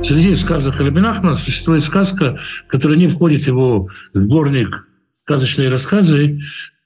Среди сказок Раби Нахмана существует сказка, которая не входит в его сборник «Сказочные рассказы»,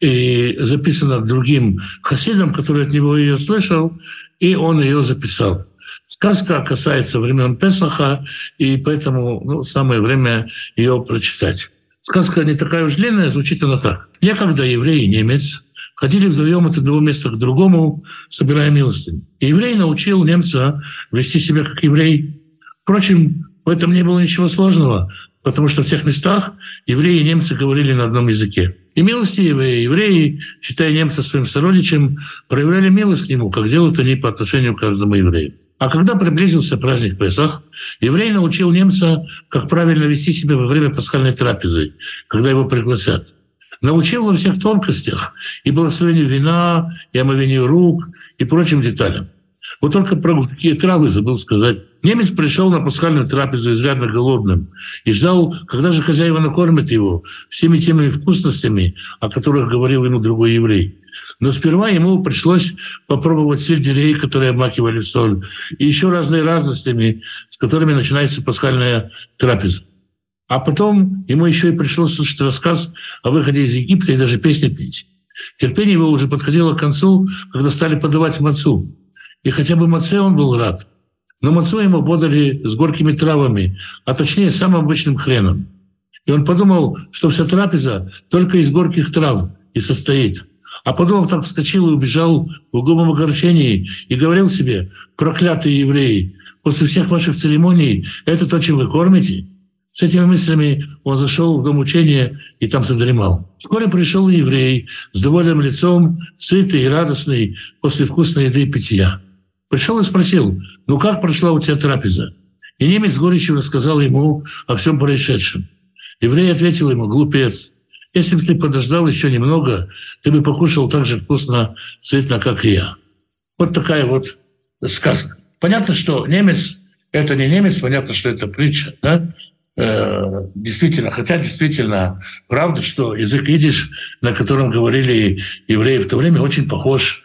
и записана другим хасидом, который от него ее слышал, и он ее записал. Сказка касается времен Песаха, и поэтому самое время ее прочитать. Сказка не такая уж длинная, звучит она так. Некогда еврей и немец ходили вдвоем от одного места к другому, собирая милостыню. И еврей научил немца вести себя как еврей. Впрочем, в этом не было ничего сложного, потому что в тех местах евреи и немцы говорили на одном языке. И милостивые евреи, считая немца своим сородичем, проявляли милость к нему, как делают они по отношению к каждому еврею. А когда приблизился праздник Песах, еврей научил немца, как правильно вести себя во время пасхальной трапезы, когда его пригласят. Научил во всех тонкостях и благословению вина, и омовению рук, и прочим деталям. Вот только про какие травы забыл сказать. Немец пришел на пасхальную трапезу изрядно голодным и ждал, когда же хозяева накормят его всеми теми вкусностями, о которых говорил ему другой еврей. Но сперва ему пришлось попробовать сельдерей, которые обмакивали в соль, и еще разные разностями, с которыми начинается пасхальная трапеза. А потом ему еще и пришлось слушать рассказ о выходе из Египта и даже песни петь. Терпение его уже подходило к концу, когда стали подавать мацу. И хотя бы маце он был рад. Но мацу ему подали с горькими травами, а точнее самым обычным хреном. И он подумал, что вся трапеза только из горьких трав и состоит. А подумав, так вскочил и убежал в угрюмом огорчении и говорил себе: «Проклятые евреи, после всех ваших церемоний это то, чем вы кормите?» С этими мыслями он зашел в дом учения и там задремал. Вскоре пришел еврей с довольным лицом, сытый и радостный после вкусной еды и питья. Пришел и спросил: «Ну как прошла у тебя трапеза?» И немец с горечью рассказал ему о всем происшедшем. Еврей ответил ему: «Глупец, если бы ты подождал еще немного, ты бы покушал так же вкусно, сытно, как и я». Вот такая вот сказка. Понятно, что немец — это не немец, понятно, что это притча, да? Действительно, хотя действительно правда, что язык идиш, на котором говорили евреи в то время, очень похож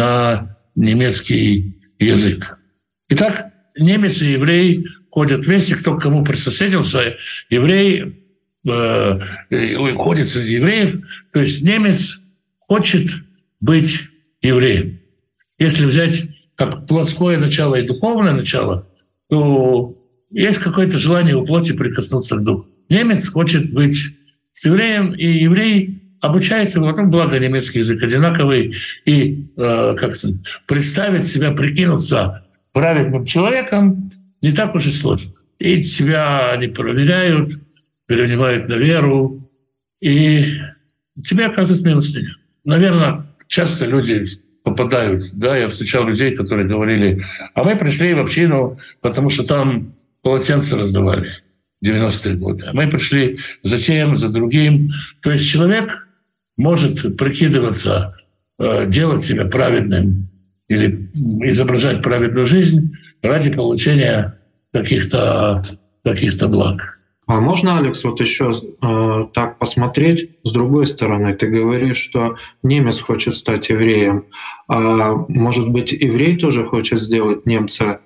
на немецкий язык. Итак, немец и еврей ходят вместе, кто к кому присоседился. Еврей ходит среди евреев, то есть немец хочет быть евреем. Если взять как плотское начало и духовное начало, то есть какое-то желание у плоти прикоснуться к духу. Немец хочет быть с евреем, и еврей обучает его, благо немецкий язык одинаковый, и представить себя, прикинуться праведным человеком не так уж и сложно. И тебя они проверяют, перенимают на веру, и тебе оказывают милостыню. Наверное, часто люди попадают, я встречал людей, которые говорили: а мы пришли в общину, потому что там полотенца раздавали в 90-е годы. А мы пришли за тем, за другим. То есть человек может прикидываться, делать себя праведным или изображать праведную жизнь ради получения каких-то благ. А можно, Алекс, вот еще так посмотреть с другой стороны? Ты говоришь, что немец хочет стать евреем. А может быть, еврей тоже хочет сделать немца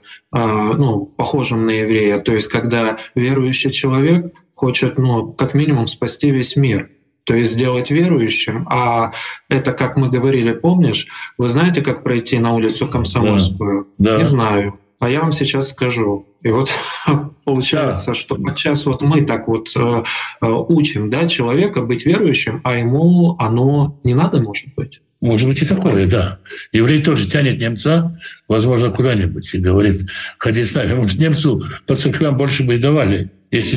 похожим на еврея? То есть когда верующий человек хочет, как минимум, спасти весь мир. То есть сделать верующим. А это, как мы говорили, помнишь, вы знаете, как пройти на улицу Комсомольскую? Да. Не знаю. А я вам сейчас скажу. И вот получается, что сейчас вот мы так вот учим человека быть верующим, а ему оно не надо, может быть? Может быть и такое, да. Еврей тоже тянет немца, возможно, куда-нибудь и говорит: ходи с нами. Может, немцу по церквям больше бы и давали, если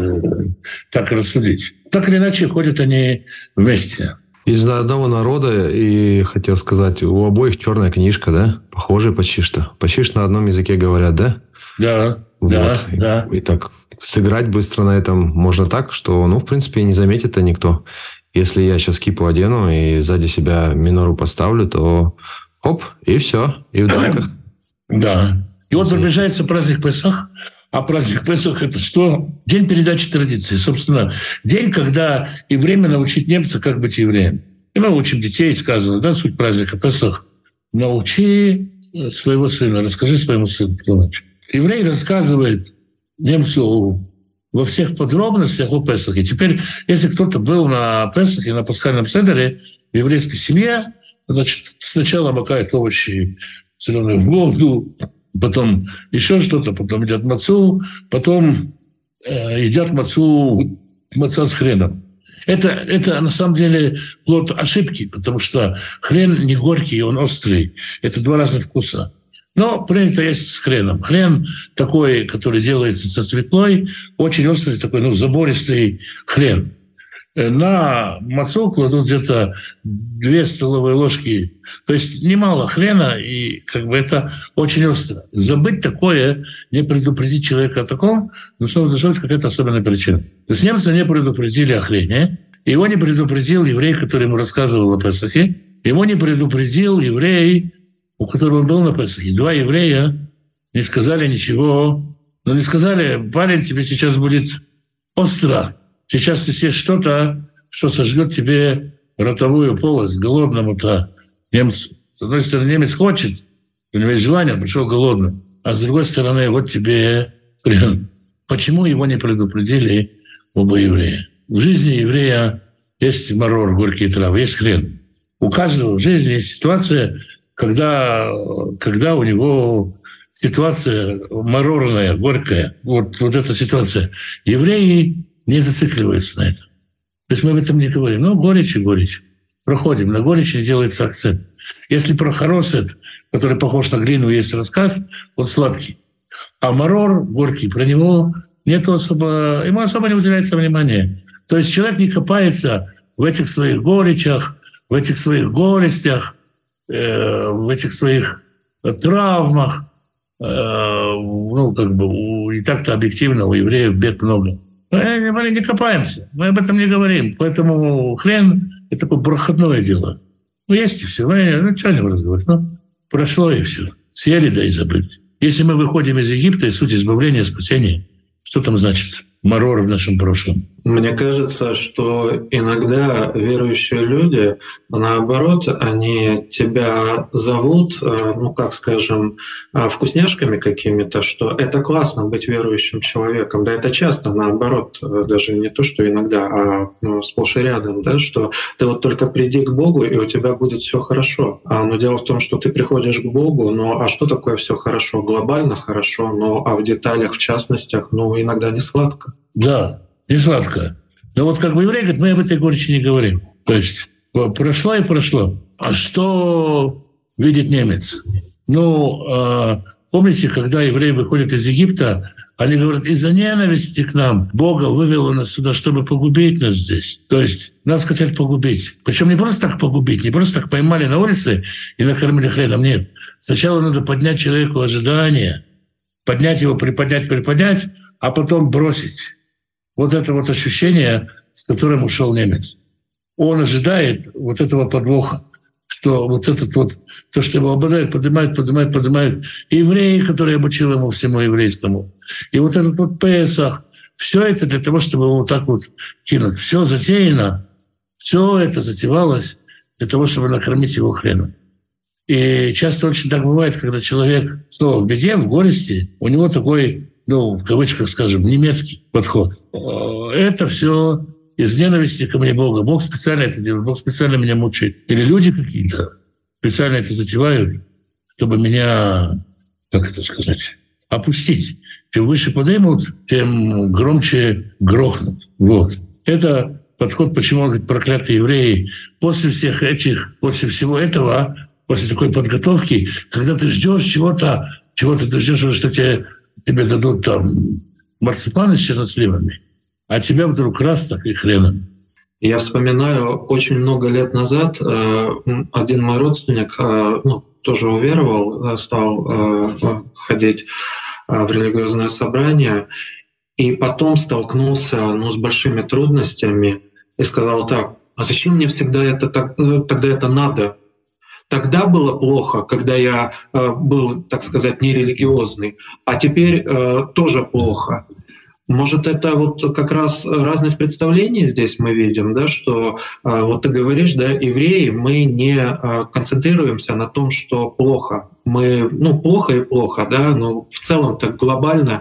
так рассудить. Так или иначе, ходят они вместе. Из одного народа, и хотел сказать, у обоих черная книжка, да? Похожие почти что. Почти что на одном языке говорят, да? Да, вот. да. И так сыграть быстро на этом можно так, что, в принципе, не заметит-то никто. Если я сейчас кипу одену и сзади себя минору поставлю, то хоп, и все, и в дамках. Да. И вот приближается праздник Песах. А праздник Песах — это что? День передачи традиций. Собственно, день, когда и время научить немца, как быть евреем. И мы учим детей, сказано, суть праздника Песах. Научи своего сына, расскажи своему сыну. Еврей рассказывает немцу во всех подробностях о Песахе. Теперь, если кто-то был на Песахе, на пасхальном седере в еврейской семье, значит, сначала макают овощи соленые в воду, потом еще что-то, потом едят мацу, потом едят маца с хреном. Это на самом деле плод ошибки, потому что хрен не горький, он острый. Это два разных вкуса. Но принято есть с хреном. Хрен такой, который делается со свеклой, очень острый, такой, забористый хрен. На мацу кладут где-то 2 столовые ложки. То есть немало хрена, и это очень остро. Забыть такое, не предупредить человека о таком, должна быть какая-то особенная причина. То есть немцы не предупредили о хрене, его не предупредил еврей, который ему рассказывал о Песахе, ему не предупредил еврей, у которого он был на Песахе. 2 еврея не сказали ничего, но не сказали: парень, тебе сейчас будет остро. Сейчас ты съешь что-то, что сожгет тебе ротовую полость голодному-то немцу. С одной стороны, немец хочет, у него есть желание, он пришел голодным. А с другой стороны, вот тебе хрен. Почему его не предупредили оба еврея? В жизни еврея есть марор, горькие травы, есть хрен. У каждого в жизни есть ситуация, когда у него ситуация марорная, горькая. Вот эта ситуация. Евреи не зацикливаются на этом. То есть мы об этом не говорим. Горечь и горечь. Проходим. На горечь не делается акцент. Если про хоросет, который похож на глину, есть рассказ, он сладкий. А марор, горький, про него ему особо не уделяется внимания. То есть человек не копается в этих своих горечах, в этих своих горестях, в этих своих травмах. И так-то объективно у евреев бед много. Мы не копаемся, мы об этом не говорим. Поэтому хрен – это такое проходное дело. Есть и все. Что о нем разговаривать? Прошло и все. Съели, да и забыли. Если мы выходим из Египта, и суть избавления, спасения, что там значит марор в нашем прошлом? Мне кажется, что иногда верующие люди, наоборот, они тебя зовут, вкусняшками какими-то, что это классно быть верующим человеком. Да, это часто наоборот, даже не то, что иногда, а сплошь и рядом, да, что ты вот только приди к Богу, и у тебя будет все хорошо. Но дело в том, что ты приходишь к Богу, а что такое все хорошо? Глобально хорошо, а в деталях, в частностях, иногда не сладко. Да. Не сладко. Но еврей говорит, мы об этой горечи не говорим. То есть прошло и прошло. А что видит немец? Помните, когда евреи выходят из Египта, они говорят: из-за ненависти к нам Бога вывело нас сюда, чтобы погубить нас здесь. То есть нас хотят погубить. Причем не просто так погубить, не просто так поймали на улице и накормили хреном. Нет. Сначала надо поднять человеку ожидания, поднять его, приподнять, а потом бросить. Вот это ощущение, с которым ушел немец. Он ожидает этого подвоха, что то, что его обладает, поднимает. И евреи, которые обучил ему всему еврейскому. И этот Песах, все это для того, чтобы его кинуть. Все затеяно, все это затевалось для того, чтобы накормить его хреном. И часто очень так бывает, когда человек снова в беде, в горести, у него такой, в кавычках скажем, немецкий подход. Это все из ненависти ко мне Бога. Бог специально это делает, Бог специально меня мучает. Или люди какие-то специально это затевают, чтобы меня, опустить. Чем выше поднимут, тем громче грохнут. Это подход, почему он говорит: проклятые евреи. После всего этого, после такой подготовки, когда ты ждешь чего-то ты ждешь, что тебе дадут марципаны с черносливами, а тебя вдруг раз так и хреном. Я вспоминаю, очень много лет назад один мой родственник тоже уверовал, стал ходить в религиозное собрание, и потом столкнулся с большими трудностями и сказал так: а зачем мне всегда тогда это надо? Тогда было плохо, когда я был, так сказать, нерелигиозный, а теперь тоже плохо. Может, это вот как раз разность представлений здесь мы видим, да, что вот ты говоришь, да, евреи, мы не концентрируемся на том, что плохо. Мы, ну, плохо и плохо, да, но в целом так глобально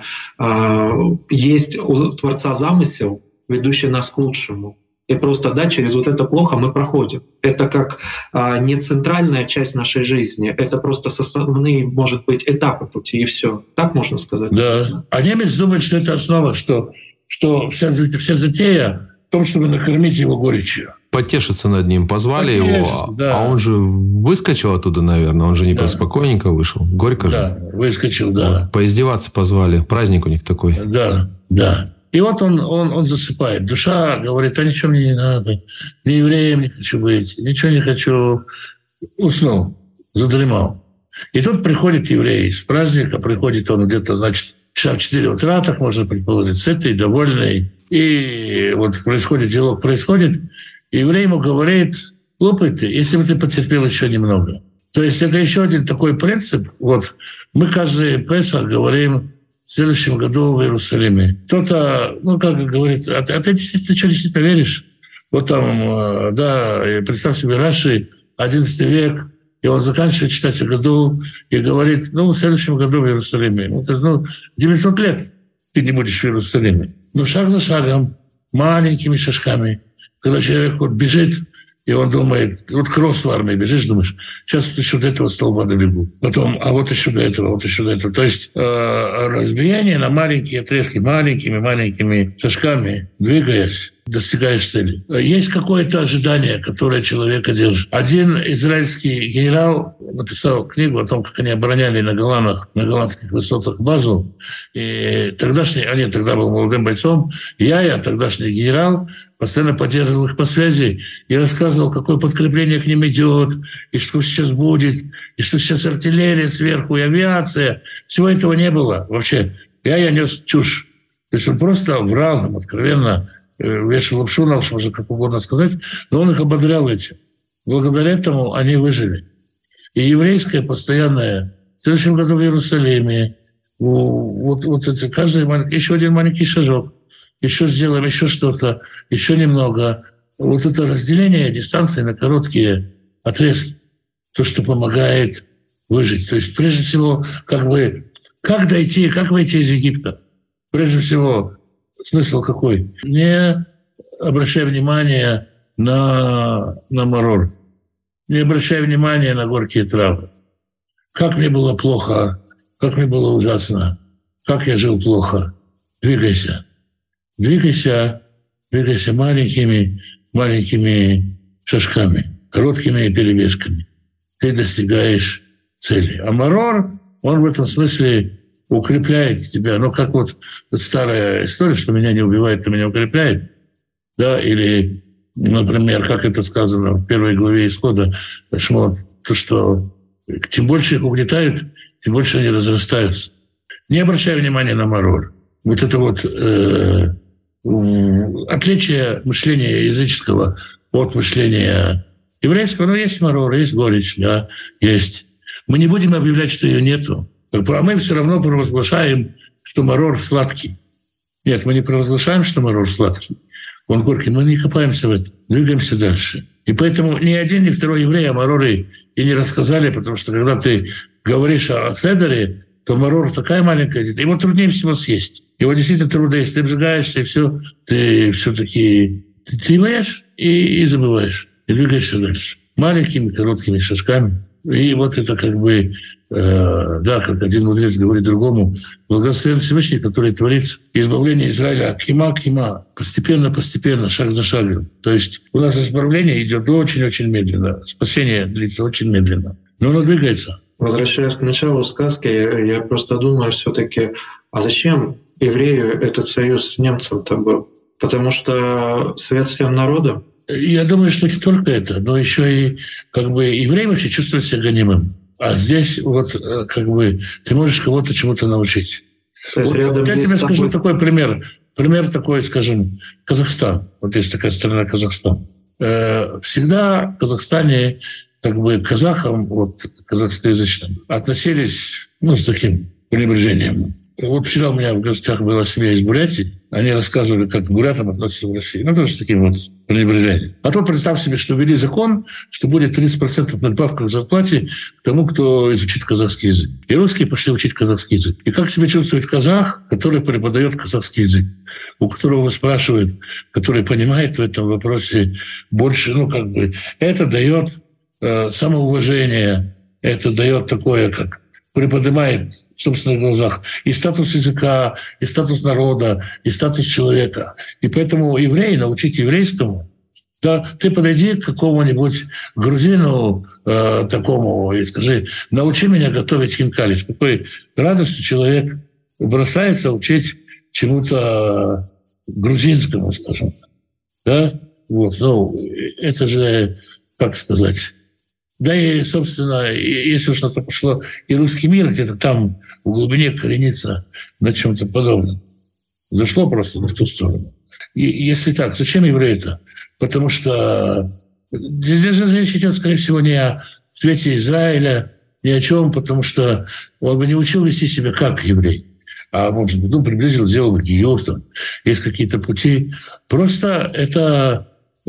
есть у Творца замысел, ведущий нас к лучшему. И просто, да, через вот это плохо мы проходим. Это как не центральная часть нашей жизни, это просто составные, может быть, этапы пути, и все. Так можно сказать? Да. А немец думает, что это основа, что вся затея в том, чтобы накормить его горечью. Потешиться над ним. Позвали его, да. А он же выскочил оттуда, наверное. Он же не спокойненько вышел. Горько же. Да, выскочил, да. Поиздеваться позвали. Праздник у них такой. Да. И вот он засыпает. Душа говорит, а ничего мне не надо. Ни евреем не хочу быть, ничего не хочу. Уснул, задремал. И тут приходит еврей с праздника, приходит он где-то, значит, часа в 4 утра, так можно предположить, сытый, довольный. И вот происходит диалог, и еврей ему говорит, глупый ты, если бы ты потерпел еще немного. То есть это еще один такой принцип. Вот мы каждый Песах говорим в следующем году в Иерусалиме. Кто-то, ну, как говорится, а ты действительно веришь? Вот там, да, представь себе, Раши, 11 век, и он заканчивает читать о году и говорит, ну, в следующем году в Иерусалиме. 900 лет ты не будешь в Иерусалиме. Но шаг за шагом, маленькими шажками, когда человек вот бежит, и он думает, вот кросс в армии, бежишь, думаешь, сейчас вот еще до этого столба добегу. Потом, а вот еще до этого, вот еще до этого. То есть разбиение на маленькие отрезки, маленькими шажками, двигаясь, достигаешь цели. Есть какое-то ожидание, которое человека держит. Один израильский генерал написал книгу о том, как они обороняли на голландских высотах базу. И тогда был молодым бойцом, я тогдашний генерал, постоянно поддерживал их по связи и рассказывал, какое подкрепление к ним идет, и что сейчас будет, и что сейчас артиллерия сверху, и авиация. Всего этого не было вообще. Я нес чушь. То есть он просто врал нам откровенно, вешал лапшу на уши, можно как угодно сказать, но он их ободрял этим. Благодаря этому они выжили. И еврейское постоянное в следующем году в Иерусалиме, вот это каждый еще один маленький шажок, еще сделаем, еще что-то, еще немного. Вот это разделение дистанции на короткие отрезки, то, что помогает выжить. То есть, прежде всего, как выйти из Египта? Прежде всего, смысл какой? Не обращай внимания на марор, не обращай внимания на горькие травы. Как мне было плохо, как мне было ужасно, как я жил плохо. Двигайся маленькими шажками, короткими перебежками. Ты достигаешь цели. А марор, он в этом смысле укрепляет тебя. Ну, как вот старая история, что меня не убивает, то меня укрепляет. Да? Или, например, как это сказано в первой главе Исхода, Шмот, то, что чем больше их угнетают, тем больше они разрастаются. Не обращай внимания на марор. Вот это вот отличие мышления языческого от мышления еврейского. Ну, есть марор, есть горечь, да, есть. Мы не будем объявлять, что ее нету. А мы все равно провозглашаем, что марор сладкий. Нет, мы не провозглашаем, что марор сладкий. Он горький. Мы не копаемся в этом. Двигаемся дальше. И поэтому ни один, ни второй еврей о мароре и не рассказали, потому что когда ты говоришь о седере, то марор такая маленькая, его труднее всего съесть. Его действительно трудно, если ты обжигаешься, и все, ты все-таки ты ешь и забываешь, и двигаешься дальше. Маленькими, короткими шажками. И вот это как бы, как один мудрец говорит другому, благословен Всевышний, который творит избавление Израиля кима, постепенно, шаг за шагом. То есть у нас избавление идет очень-очень медленно, спасение длится очень медленно, но оно двигается. Возвращаясь к началу сказки, я просто думаю все-таки, а зачем еврею этот союз с немцем-то был? Потому что свет всем народам? Я думаю, что не только это, но еще и как бы еврей вообще чувствует себя гонимым. А здесь вот как бы ты можешь кого-то чему-то научить. То есть вот, я тебе скажу такой пример. Пример такой, скажем, Казахстан. Вот есть такая страна Казахстан. Всегда в Казахстане как бы к казахам, вот казахскоязычным, относились с таким пренебрежением. Вот вчера у меня в гостях была семья из Бурятии. Они рассказывали, как к бурятам относятся в России. Ну, тоже таким вот пренебрежением. А то представь себе, что ввели закон, что будет 30% надбавка к зарплате к тому, кто изучит казахский язык. И русские пошли учить казахский язык. И как себя чувствует казах, который преподает казахский язык, у которого спрашивают, который понимает в этом вопросе больше, это дает самоуважение, это дает такое, как приподнимает в собственных глазах и статус языка, и статус народа, и статус человека. И поэтому евреи научить еврейскому, да, ты подойди к какому-нибудь грузину такому и скажи, научи меня готовить хинкали. С какой радостью человек бросается учить чему-то грузинскому, скажем. Да? Вот, это же, как сказать... Да и, собственно, если уж на то пошло, и русский мир где-то там в глубине коренится на чем-то подобном. Зашло просто на ту сторону. И если так, зачем евреи-то? Потому что здесь же речь идет, скорее всего, не о цвете Израиля, ни о чем, потому что он бы не учил вести себя как еврей. А может быть, приблизил, сделал гиюр, там есть какие-то пути. Просто это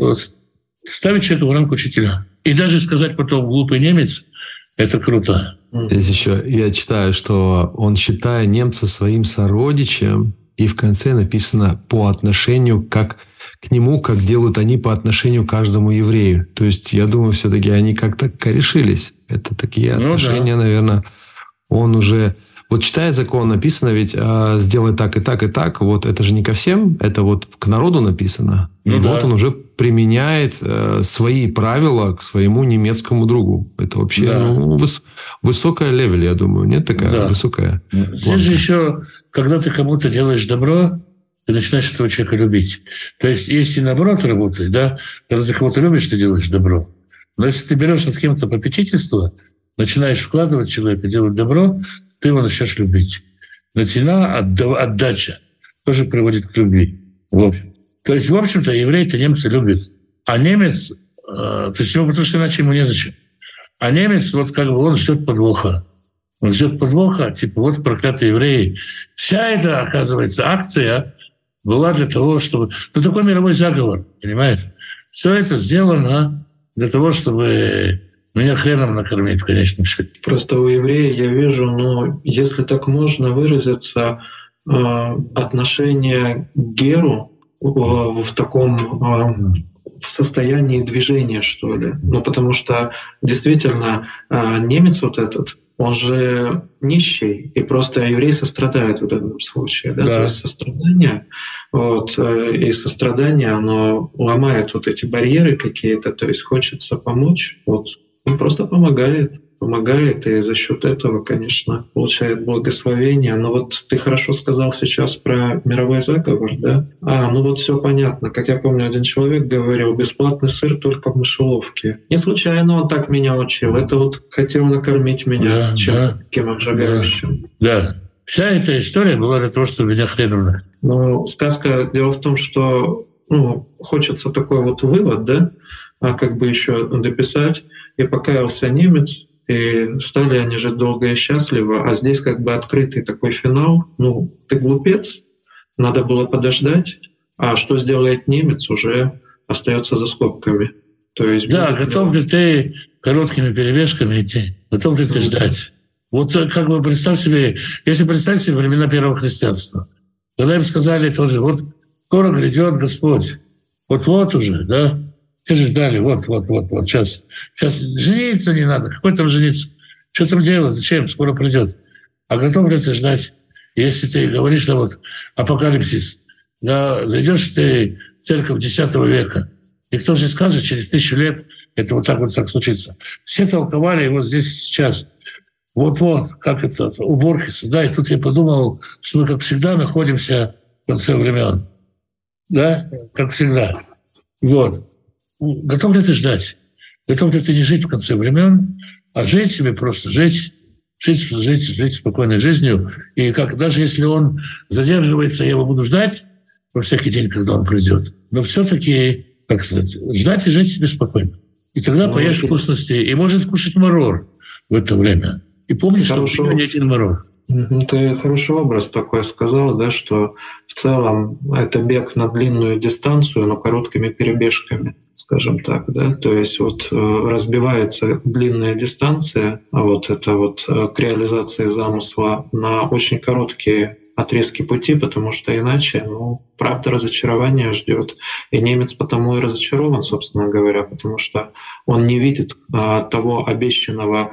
ставить человека в ранг учителя. И даже сказать потом «глупый немец» — это круто. Здесь еще я читаю, что он, считая немца своим сородичем, и в конце написано «по отношению как к нему, как делают они по отношению к каждому еврею». То есть, я думаю, все-таки они как-то корешились. Это такие отношения, наверное, он уже... Вот читая закон, написано ведь «сделай так и так и так». Вот это же не ко всем, это вот к народу написано. И вот он уже применяет свои правила к своему немецкому другу. Это вообще высокая левель, я думаю. Нет, такая высокая? Здесь же еще, когда ты кому-то делаешь добро, ты начинаешь этого человека любить. То есть, если наоборот работает, да, когда ты кого-то любишь, ты делаешь добро. Но если ты берешь над кем-то попечительство, начинаешь вкладывать в человека, делать добро, ты его начнешь любить. Но цена, отдача тоже приводит к любви. В общем. То есть, в общем-то, еврей-то немца любит. А немец, то есть, потому что иначе ему незачем. А немец, он ждет подвоха. Он ждет подвоха, типа, вот проклятые евреи. Вся эта, оказывается, акция была для того, чтобы... такой мировой заговор, понимаешь? Все это сделано для того, чтобы... меня хреном накормить в конечном счете. Просто у еврея я вижу, если так можно выразиться, отношение к геру в таком в состоянии движения, что ли. Потому что действительно немец вот этот, он же нищий, и просто еврей сострадает в данном случае. Да? То есть сострадание, и сострадание, оно ломает вот эти барьеры какие-то, то есть хочется помочь. Он просто помогает, и за счет этого, конечно, получает благословение. Но ты хорошо сказал сейчас про мировой заговор, да? Все понятно. Как я помню, один человек говорил, бесплатный сыр только в мышеловке. Не случайно он так меня учил. Это хотел накормить меня чем-то таким обжигающим. Да. Вся эта история была для того, чтобы меня хреном накормить. Сказка, дело в том, что хочется такой вывод, да? Как бы еще дописать. И покаялся немец, и стали они жить долго и счастливо. А здесь как бы открытый такой финал. Ты глупец, надо было подождать. А что сделает немец, уже остается за скобками. То есть готов ли ты короткими перебежками идти? Готов ли ты ждать? Как бы представь себе времена первого христианства. Когда им сказали тоже, скоро грядет Господь. Вот уже, да? Те же ждали, сейчас жениться не надо. Какой там жениться? Что там делать? Зачем? Скоро придет. А готов ли ты ждать? Если ты говоришь, что апокалипсис, да, зайдешь ты в церковь X века, и кто же скажет, через 1000 лет это так случится. Все толковали здесь сейчас. Как это, у Борхеса, да, и тут я подумал, что мы, как всегда, находимся в конце времен. Да, как всегда. Готов ли ты ждать? Готов ли ты не жить в конце времен, а жить себе просто, жить спокойной жизнью. И даже если он задерживается, я его буду ждать во всякий день, когда он придет. Но все-таки, ждать и жить себе спокойно. И тогда поешь вкусности, и может кушать марор в это время. И помни, что у него не один марор. Ты хороший образ такой сказал, да, что в целом это бег на длинную дистанцию, но короткими перебежками, скажем так, да. То есть вот разбивается длинная дистанция, а вот это вот к реализации замысла на очень короткие отрезки пути, потому что иначе, правда, разочарование ждет. И немец потому и разочарован, собственно говоря, потому что он не видит того обещанного,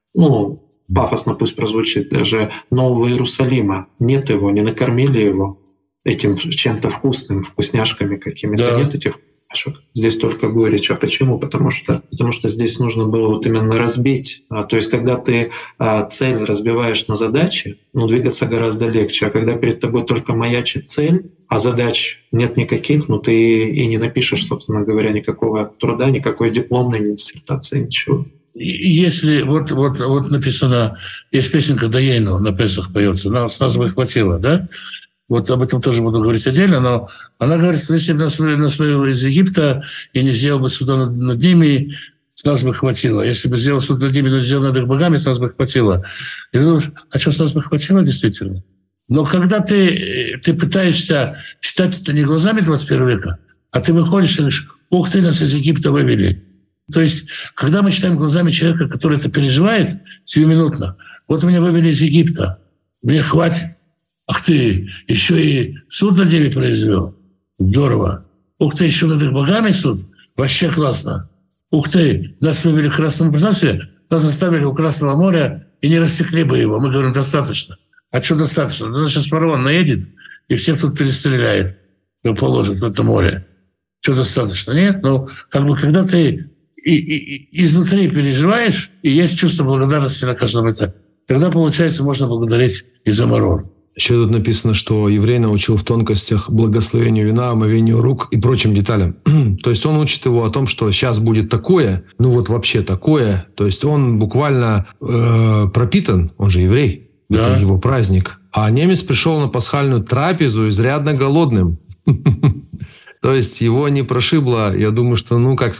пафосно пусть прозвучит, даже Нового Иерусалима. Нет его, не накормили его этим чем-то вкусным, вкусняшками какими-то. Да. Нет этих вкусняшек. Здесь только горечь. А почему? Потому что здесь нужно было вот именно разбить. То есть когда ты цель разбиваешь на задачи, двигаться гораздо легче. А когда перед тобой только маячит цель, а задач нет никаких, ты и не напишешь, собственно говоря, никакого труда, никакой дипломной, ни диссертации, ничего. Если вот написано, есть песенка Дайейну на Песах поется, нас бы хватило, да? Вот об этом тоже буду говорить отдельно, но она говорит, что если бы нас вывел из Египта и не сделал бы суда над ними, с нас бы хватило. Если бы сделал суд над ними, но сделал над их богами, с нас бы хватило. И ты думаешь, а что, с нас бы хватило действительно? Но когда ты пытаешься читать это не глазами 21 века, а ты выходишь и говоришь, ух ты, нас из Египта вывели. То есть, когда мы читаем глазами человека, который это переживает сиюминутно, вот меня вывели из Египта, мне хватит. Ах ты, еще и суд над ними произвел. Здорово. Ух ты, еще над их богами суд? Вообще классно. Ух ты, нас вывели к Красному пространстве, нас заставили у Красного моря и не рассекли бы его. Мы говорим, достаточно. А что достаточно? Да сейчас фараон наедет и всех тут перестреляет, положит в это море. Что достаточно? Нет? Когда ты и изнутри переживаешь, и есть чувство благодарности на каждом этапе, тогда, получается, можно благодарить и за марор. Еще тут написано, что еврей научил в тонкостях благословению вина, омовению рук и прочим деталям. То есть он учит его о том, что сейчас будет такое, вообще такое. То есть он буквально пропитан, он же еврей, да. Это его праздник. А немец пришел на пасхальную трапезу изрядно голодным. То есть его не прошибло, я думаю, что,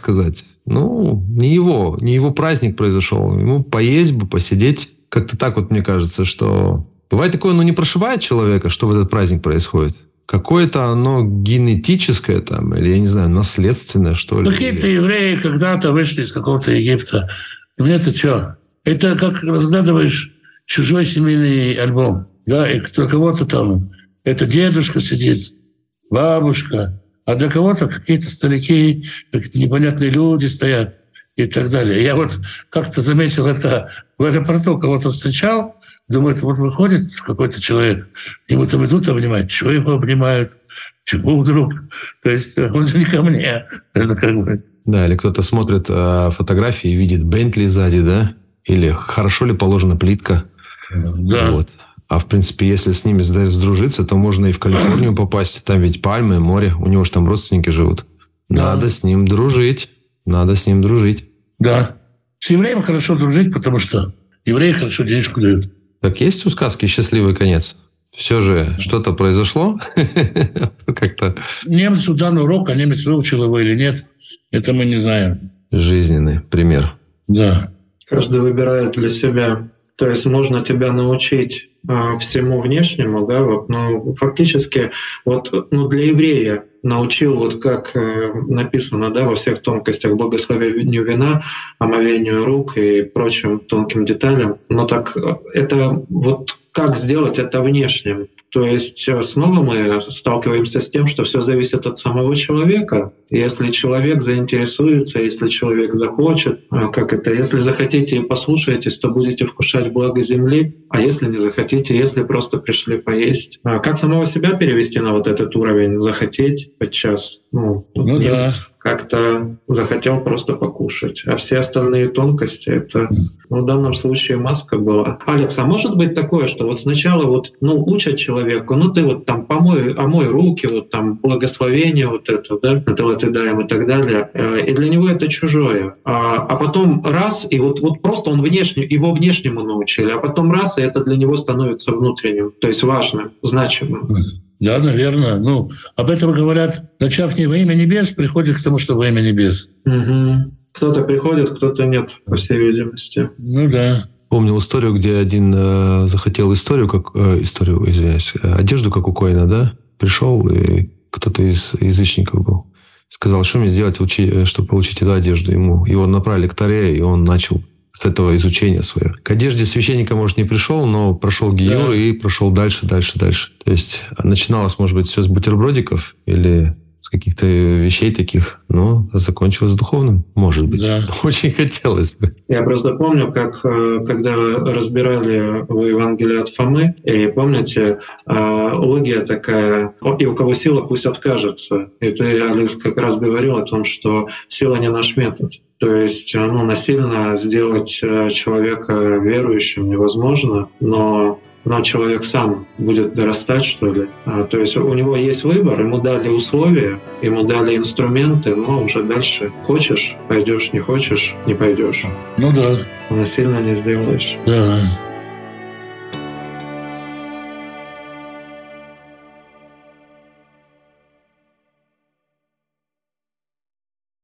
не его праздник произошел. Ему поесть бы, посидеть. Как-то так вот мне кажется, что... Бывает такое, не прошибает человека, что в этот праздник происходит. Какое-то оно генетическое там, или, я не знаю, наследственное, что ли. Какие-то евреи когда-то вышли из какого-то Египта. Мне-то что? Это как разглядываешь чужой семейный альбом. Да, и кого-то там, это дедушка сидит, бабушка, а для кого-то какие-то старики, какие-то непонятные люди стоят и так далее. Я вот как-то заметил это в аэропорту, кого-то встречал, думает, вот выходит какой-то человек, ему там идут обнимать, чего его обнимают, чего вдруг? То есть он же не ко мне. Это как бы... Да, или кто-то смотрит фотографии и видит Бентли сзади, да? Или хорошо ли положена плитка. Да. Вот. А в принципе, если с ними сдружиться, то можно и в Калифорнию попасть. Там ведь пальмы, море, у него же там родственники живут. Надо с ним дружить. Да. С евреем хорошо дружить, потому что евреи хорошо денежку дают. Так есть у сказки счастливый конец? Все же что-то произошло? Как-то... Немцу дан урок, а немец выучил его или нет, это мы не знаем. Жизненный пример. Да. Каждый выбирает для себя. То есть можно тебя научить всему внешнему, да, фактически для еврея научил, как написано, да, во всех тонкостях благословению вина, омовению рук и прочим тонким деталям. Но так это как сделать это внешним? То есть снова мы сталкиваемся с тем, что все зависит от самого человека. Если человек заинтересуется, если человек захочет, если захотите и послушаетесь, то будете вкушать благо земли, а если не захотите, если просто пришли поесть. Как самого себя перевести на этот уровень захотеть подчас? Немец как-то захотел просто покушать. А все остальные тонкости — это в данном случае маска была. Алекс, а может быть такое, что сначала учат человеку, ты помой руки, благословение это даем и так далее. И для него это чужое. А потом раз, и просто его внешнему научили, а потом раз, и это для него становится внутренним, то есть важным, значимым. Да, наверное. Об этом говорят, начав не во имя небес, приходит к тому, что во имя небес. Угу. Кто-то приходит, кто-то нет, по всей видимости. Да. Помнил историю, где один захотел одежду, как у Коэна, да? Пришел, и кто-то из язычников был. Сказал, что мне сделать, чтобы получить эту одежду. Его направили к Торе, и он начал с этого изучения свое. К одежде священника, может, не пришел, но прошел гиюр и прошел дальше. То есть начиналось, может быть, все с бутербродиков или с каких-то вещей таких, но закончилось духовным, может быть. Да. Очень хотелось бы. Я просто помню, как когда разбирали вы Евангелие от Фомы, и помните, логия такая, и у кого сила, пусть откажется. И ты, Алекс, как раз говорил о том, что сила не наш метод. То есть насильно сделать человека верующим невозможно, но человек сам будет дорастать, что ли. То есть у него есть выбор, ему дали условия, ему дали инструменты, но уже дальше хочешь — пойдешь, не хочешь — не пойдешь. Ну да. Насильно не сделаешь. Да.